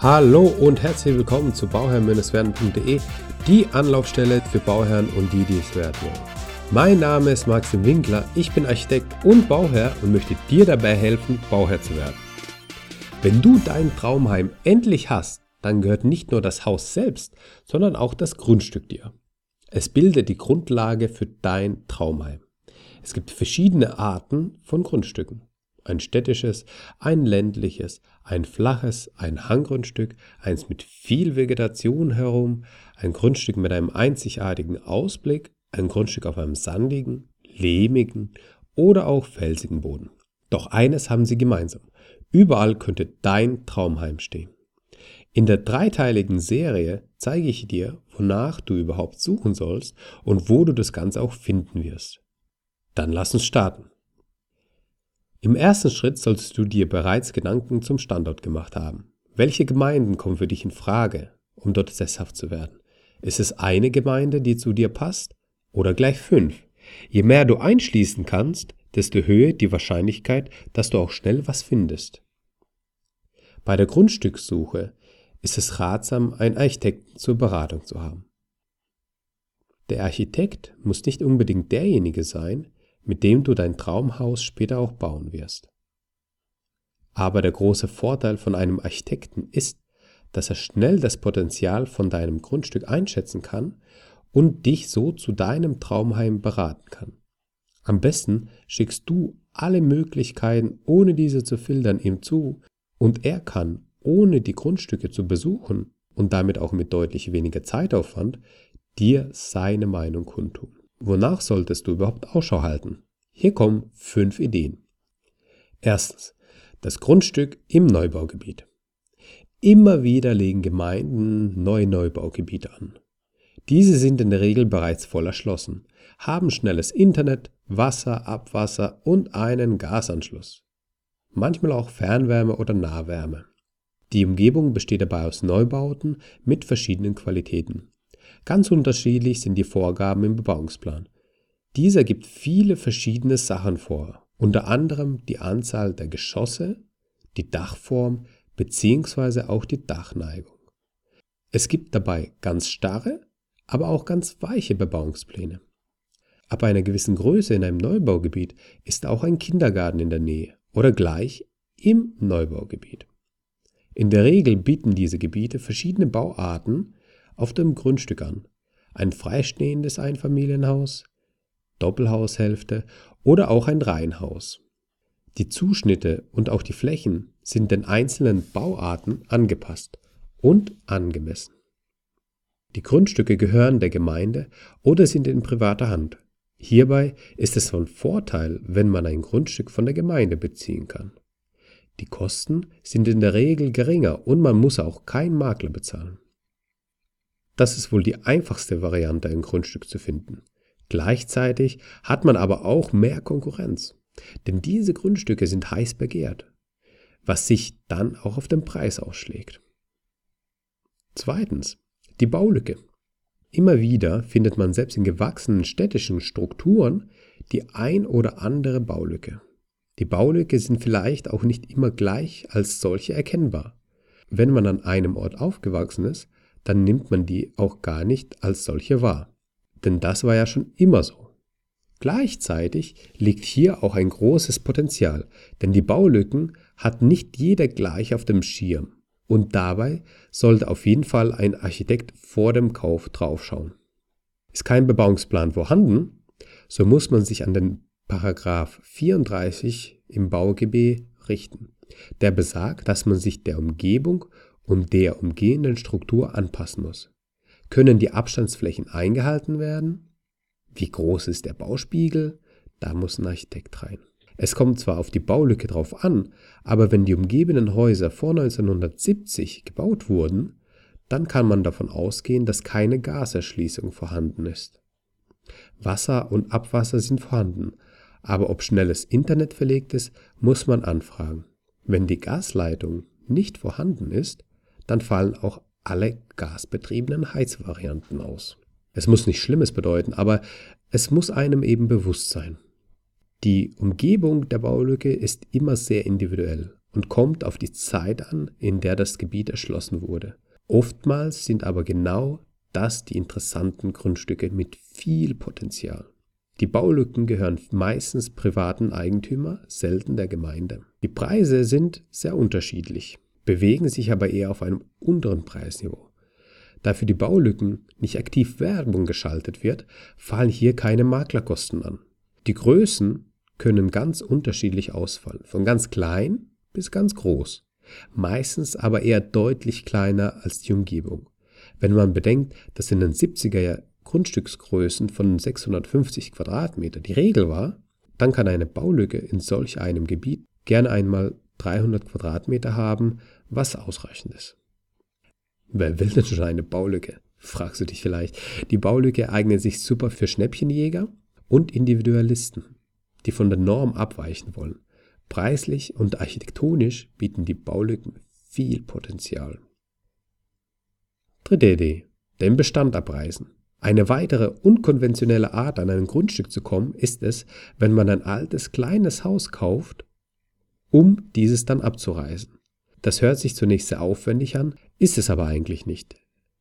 Hallo und herzlich willkommen zu bauherr-werden.de, die Anlaufstelle für Bauherren und die es werden wollen. Mein Name ist Maxim Winkler, ich bin Architekt und Bauherr und möchte dir dabei helfen, Bauherr zu werden. Wenn du dein Traumheim endlich hast, dann gehört nicht nur das Haus selbst, sondern auch das Grundstück dir. Es bildet die Grundlage für dein Traumheim. Es gibt verschiedene Arten von Grundstücken. Ein städtisches, ein ländliches, ein flaches, ein Hanggrundstück, eins mit viel Vegetation herum, ein Grundstück mit einem einzigartigen Ausblick, ein Grundstück auf einem sandigen, lehmigen oder auch felsigen Boden. Doch eines haben sie gemeinsam. Überall könnte dein Traumheim stehen. In der dreiteiligen Serie zeige ich dir, wonach du überhaupt suchen sollst und wo du das Ganze auch finden wirst. Dann lass uns starten. Im ersten Schritt solltest du dir bereits Gedanken zum Standort gemacht haben. Welche Gemeinden kommen für dich in Frage, um dort sesshaft zu werden? Ist es eine Gemeinde, die zu dir passt, oder gleich 5? Je mehr du einschließen kannst, desto höher die Wahrscheinlichkeit, dass du auch schnell was findest. Bei der Grundstückssuche ist es ratsam, einen Architekten zur Beratung zu haben. Der Architekt muss nicht unbedingt derjenige sein, mit dem du dein Traumhaus später auch bauen wirst. Aber der große Vorteil von einem Architekten ist, dass er schnell das Potenzial von deinem Grundstück einschätzen kann und dich so zu deinem Traumheim beraten kann. Am besten schickst du alle Möglichkeiten, ohne diese zu filtern, ihm zu, und er kann, ohne die Grundstücke zu besuchen und damit auch mit deutlich weniger Zeitaufwand, dir seine Meinung kundtun. Wonach solltest du überhaupt Ausschau halten? Hier kommen 5 Ideen. Erstens, das Grundstück im Neubaugebiet. Immer wieder legen Gemeinden neue Neubaugebiete an. Diese sind in der Regel bereits voll erschlossen, haben schnelles Internet, Wasser, Abwasser und einen Gasanschluss. Manchmal auch Fernwärme oder Nahwärme. Die Umgebung besteht dabei aus Neubauten mit verschiedenen Qualitäten. Ganz unterschiedlich sind die Vorgaben im Bebauungsplan. Dieser gibt viele verschiedene Sachen vor, unter anderem die Anzahl der Geschosse, die Dachform bzw. auch die Dachneigung. Es gibt dabei ganz starre, aber auch ganz weiche Bebauungspläne. Ab einer gewissen Größe in einem Neubaugebiet ist auch ein Kindergarten in der Nähe oder gleich im Neubaugebiet. In der Regel bieten diese Gebiete verschiedene Bauarten auf dem Grundstück an. Ein freistehendes Einfamilienhaus, Doppelhaushälfte oder auch ein Reihenhaus. Die Zuschnitte und auch die Flächen sind den einzelnen Bauarten angepasst und angemessen. Die Grundstücke gehören der Gemeinde oder sind in privater Hand. Hierbei ist es von Vorteil, wenn man ein Grundstück von der Gemeinde beziehen kann. Die Kosten sind in der Regel geringer und man muss auch keinen Makler bezahlen. Das ist wohl die einfachste Variante, ein Grundstück zu finden. Gleichzeitig hat man aber auch mehr Konkurrenz, denn diese Grundstücke sind heiß begehrt, was sich dann auch auf den Preis ausschlägt. Zweitens, die Baulücke. Immer wieder findet man selbst in gewachsenen städtischen Strukturen die ein oder andere Baulücke. Die Baulücke sind vielleicht auch nicht immer gleich als solche erkennbar. Wenn man an einem Ort aufgewachsen ist, dann nimmt man die auch gar nicht als solche wahr. Denn das war ja schon immer so. Gleichzeitig liegt hier auch ein großes Potenzial, denn die Baulücken hat nicht jeder gleich auf dem Schirm. Und dabei sollte auf jeden Fall ein Architekt vor dem Kauf draufschauen. Ist kein Bebauungsplan vorhanden, so muss man sich an den Paragraph 34 im BauGB richten. Der besagt, dass man sich der Umgebung und der umgehenden Struktur anpassen muss. Können die Abstandsflächen eingehalten werden? Wie groß ist der Bauspiegel? Da muss ein Architekt rein. Es kommt zwar auf die Baulücke drauf an, aber wenn die umgebenden Häuser vor 1970 gebaut wurden, dann kann man davon ausgehen, dass keine Gaserschließung vorhanden ist. Wasser und Abwasser sind vorhanden, aber ob schnelles Internet verlegt ist, muss man anfragen. Wenn die Gasleitung nicht vorhanden ist, dann fallen auch alle gasbetriebenen Heizvarianten aus. Es muss nichts Schlimmes bedeuten, aber es muss einem eben bewusst sein. Die Umgebung der Baulücke ist immer sehr individuell und kommt auf die Zeit an, in der das Gebiet erschlossen wurde. Oftmals sind aber genau das die interessanten Grundstücke mit viel Potenzial. Die Baulücken gehören meistens privaten Eigentümer, selten der Gemeinde. Die Preise sind sehr unterschiedlich, bewegen sich aber eher auf einem unteren Preisniveau. Da für die Baulücken nicht aktiv Werbung geschaltet wird, fallen hier keine Maklerkosten an. Die Größen können ganz unterschiedlich ausfallen, von ganz klein bis ganz groß, meistens aber eher deutlich kleiner als die Umgebung. Wenn man bedenkt, dass in den 70er Grundstücksgrößen von 650 Quadratmeter die Regel war, dann kann eine Baulücke in solch einem Gebiet gerne einmal 300 Quadratmeter haben, was ausreichend ist. Wer will denn schon eine Baulücke? Fragst du dich vielleicht. Die Baulücke eignet sich super für Schnäppchenjäger und Individualisten, die von der Norm abweichen wollen. Preislich und architektonisch bieten die Baulücken viel Potenzial. Dritte Idee: den Bestand abreißen. Eine weitere unkonventionelle Art, an ein Grundstück zu kommen, ist es, wenn man ein altes, kleines Haus kauft, um dieses dann abzureißen. Das hört sich zunächst sehr aufwendig an, ist es aber eigentlich nicht.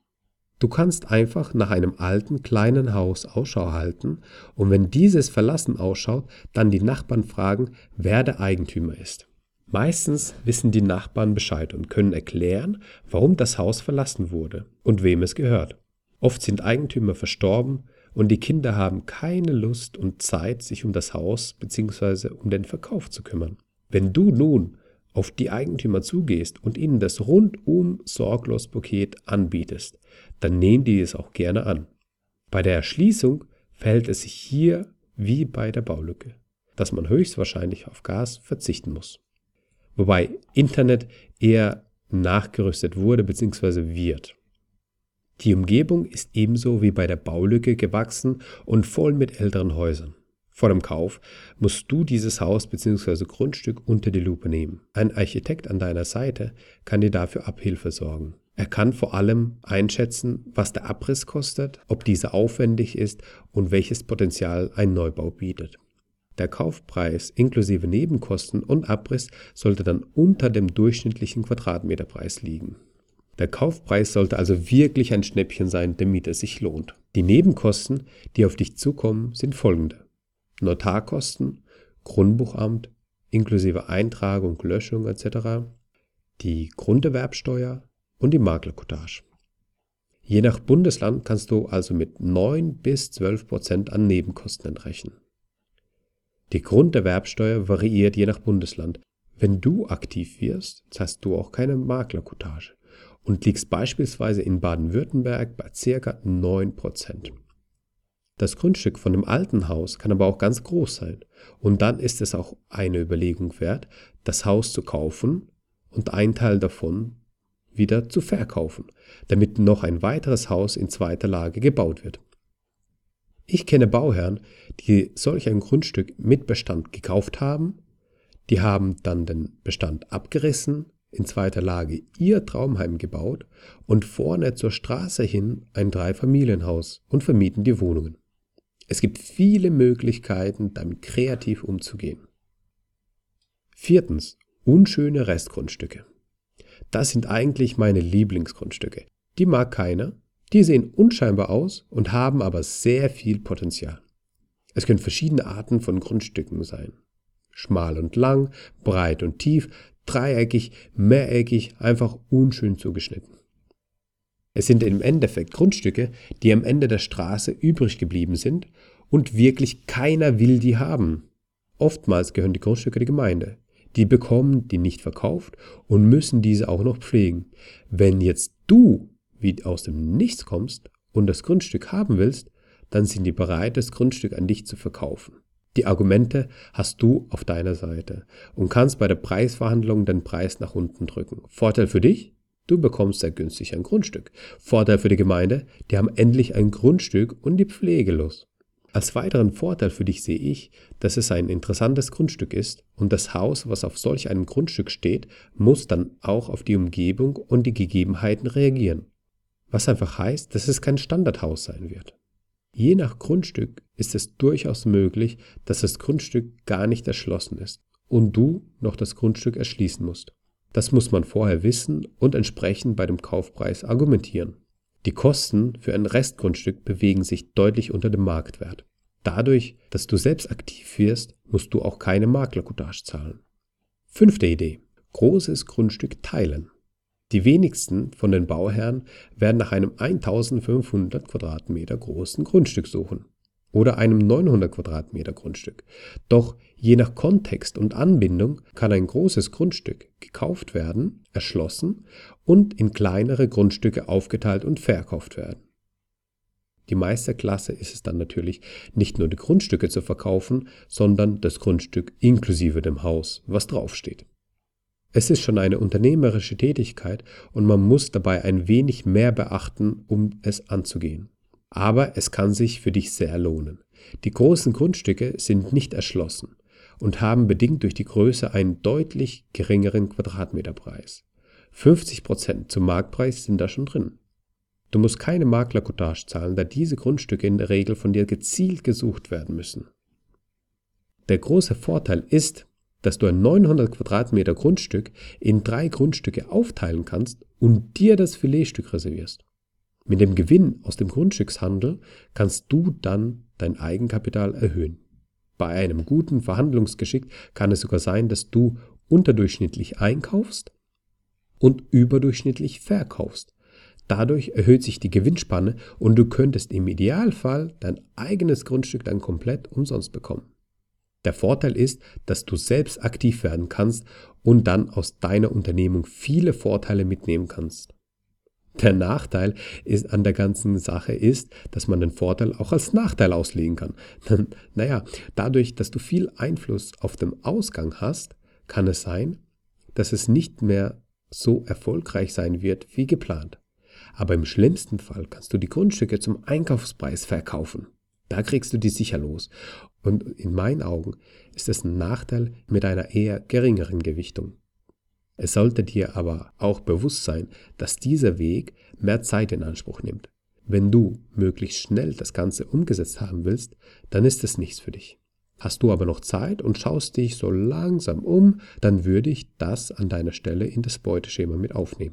Du kannst einfach nach einem alten, kleinen Haus Ausschau halten und wenn dieses verlassen ausschaut, dann die Nachbarn fragen, wer der Eigentümer ist. Meistens wissen die Nachbarn Bescheid und können erklären, warum das Haus verlassen wurde und wem es gehört. Oft sind Eigentümer verstorben und die Kinder haben keine Lust und Zeit, sich um das Haus bzw. um den Verkauf zu kümmern. Wenn du nun auf die Eigentümer zugehst und ihnen das rundum sorglos Paket anbietest, dann nehmen die es auch gerne an. Bei der Erschließung verhält es sich hier wie bei der Baulücke, dass man höchstwahrscheinlich auf Gas verzichten muss. Wobei Internet eher nachgerüstet wurde bzw. wird. Die Umgebung ist ebenso wie bei der Baulücke gewachsen und voll mit älteren Häusern. Vor dem Kauf musst du dieses Haus bzw. Grundstück unter die Lupe nehmen. Ein Architekt an deiner Seite kann dir dafür Abhilfe sorgen. Er kann vor allem einschätzen, was der Abriss kostet, ob dieser aufwendig ist und welches Potenzial ein Neubau bietet. Der Kaufpreis inklusive Nebenkosten und Abriss sollte dann unter dem durchschnittlichen Quadratmeterpreis liegen. Der Kaufpreis sollte also wirklich ein Schnäppchen sein, damit es sich lohnt. Die Nebenkosten, die auf dich zukommen, sind folgende: Notarkosten, Grundbuchamt, inklusive Eintragung, Löschung etc., die Grunderwerbsteuer und die Maklercottage. Je nach Bundesland kannst du also mit 9 bis 12% an Nebenkosten entrechnen. Die Grunderwerbsteuer variiert je nach Bundesland. Wenn du aktiv wirst, zahlst du auch keine Maklercottage und liegst beispielsweise in Baden-Württemberg bei ca. 9%. Das Grundstück von dem alten Haus kann aber auch ganz groß sein und dann ist es auch eine Überlegung wert, das Haus zu kaufen und einen Teil davon wieder zu verkaufen, damit noch ein weiteres Haus in zweiter Lage gebaut wird. Ich kenne Bauherren, die solch ein Grundstück mit Bestand gekauft haben, die haben dann den Bestand abgerissen, in zweiter Lage ihr Traumheim gebaut und vorne zur Straße hin ein Dreifamilienhaus und vermieten die Wohnungen. Es gibt viele Möglichkeiten, damit kreativ umzugehen. Viertens, unschöne Restgrundstücke. Das sind eigentlich meine Lieblingsgrundstücke. Die mag keiner, die sehen unscheinbar aus und haben aber sehr viel Potenzial. Es können verschiedene Arten von Grundstücken sein. Schmal und lang, breit und tief, dreieckig, mehreckig, einfach unschön zugeschnitten. Es sind im Endeffekt Grundstücke, die am Ende der Straße übrig geblieben sind und wirklich keiner will die haben. Oftmals gehören die Grundstücke der Gemeinde. Die bekommen die nicht verkauft und müssen diese auch noch pflegen. Wenn jetzt du wie aus dem Nichts kommst und das Grundstück haben willst, dann sind die bereit, das Grundstück an dich zu verkaufen. Die Argumente hast du auf deiner Seite und kannst bei der Preisverhandlung den Preis nach unten drücken. Vorteil für dich? Du bekommst sehr günstig ein Grundstück. Vorteil für die Gemeinde? Die haben endlich ein Grundstück und die Pflege los. Als weiteren Vorteil für dich sehe ich, dass es ein interessantes Grundstück ist und das Haus, was auf solch einem Grundstück steht, muss dann auch auf die Umgebung und die Gegebenheiten reagieren. Was einfach heißt, dass es kein Standardhaus sein wird. Je nach Grundstück ist es durchaus möglich, dass das Grundstück gar nicht erschlossen ist und du noch das Grundstück erschließen musst. Das muss man vorher wissen und entsprechend bei dem Kaufpreis argumentieren. Die Kosten für ein Restgrundstück bewegen sich deutlich unter dem Marktwert. Dadurch, dass du selbst aktiv wirst, musst du auch keine Maklercoutage zahlen. 5. Idee. Großes Grundstück teilen. Die wenigsten von den Bauherren werden nach einem 1500 Quadratmeter großen Grundstück suchen oder einem 900 Quadratmeter Grundstück. Doch je nach Kontext und Anbindung kann ein großes Grundstück gekauft werden, erschlossen und in kleinere Grundstücke aufgeteilt und verkauft werden. Die Meisterklasse ist es dann natürlich, nicht nur die Grundstücke zu verkaufen, sondern das Grundstück inklusive dem Haus, was draufsteht. Es ist schon eine unternehmerische Tätigkeit und man muss dabei ein wenig mehr beachten, um es anzugehen. Aber es kann sich für dich sehr lohnen. Die großen Grundstücke sind nicht erschlossen und haben bedingt durch die Größe einen deutlich geringeren Quadratmeterpreis. 50% zum Marktpreis sind da schon drin. Du musst keine Maklercoutage zahlen, da diese Grundstücke in der Regel von dir gezielt gesucht werden müssen. Der große Vorteil ist, dass du ein 900 Quadratmeter Grundstück in 3 Grundstücke aufteilen kannst und dir das Filetstück reservierst. Mit dem Gewinn aus dem Grundstückshandel kannst du dann dein Eigenkapital erhöhen. Bei einem guten Verhandlungsgeschick kann es sogar sein, dass du unterdurchschnittlich einkaufst und überdurchschnittlich verkaufst. Dadurch erhöht sich die Gewinnspanne und du könntest im Idealfall dein eigenes Grundstück dann komplett umsonst bekommen. Der Vorteil ist, dass du selbst aktiv werden kannst und dann aus deiner Unternehmung viele Vorteile mitnehmen kannst. Der Nachteil an der ganzen Sache ist, dass man den Vorteil auch als Nachteil auslegen kann. Dadurch, dass du viel Einfluss auf den Ausgang hast, kann es sein, dass es nicht mehr so erfolgreich sein wird wie geplant. Aber im schlimmsten Fall kannst du die Grundstücke zum Einkaufspreis verkaufen. Da kriegst du die sicher los. Und in meinen Augen ist es ein Nachteil mit einer eher geringeren Gewichtung. Es sollte dir aber auch bewusst sein, dass dieser Weg mehr Zeit in Anspruch nimmt. Wenn du möglichst schnell das Ganze umgesetzt haben willst, dann ist es nichts für dich. Hast du aber noch Zeit und schaust dich so langsam um, dann würde ich das an deiner Stelle in das Beuteschema mit aufnehmen.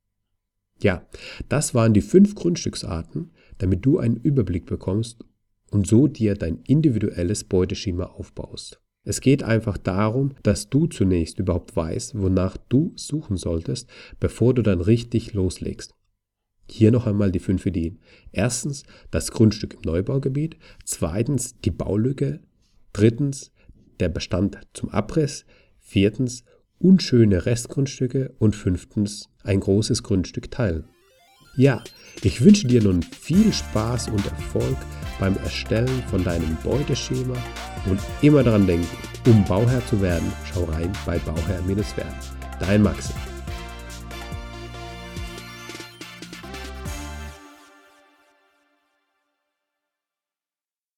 Ja, das waren die 5 Grundstücksarten, damit du einen Überblick bekommst und so dir dein individuelles Beuteschema aufbaust. Es geht einfach darum, dass du zunächst überhaupt weißt, wonach du suchen solltest, bevor du dann richtig loslegst. Hier noch einmal die 5 Ideen. Erstens, das Grundstück im Neubaugebiet. Zweitens, die Baulücke. Drittens, der Bestand zum Abriss. Viertens, unschöne Restgrundstücke. Und 5. ein großes Grundstück teilen. Ja, ich wünsche dir nun viel Spaß und Erfolg beim Erstellen von deinem Beuteschema und immer daran denken, um Bauherr zu werden, schau rein bei Bauherr-werden. Dein Maxim.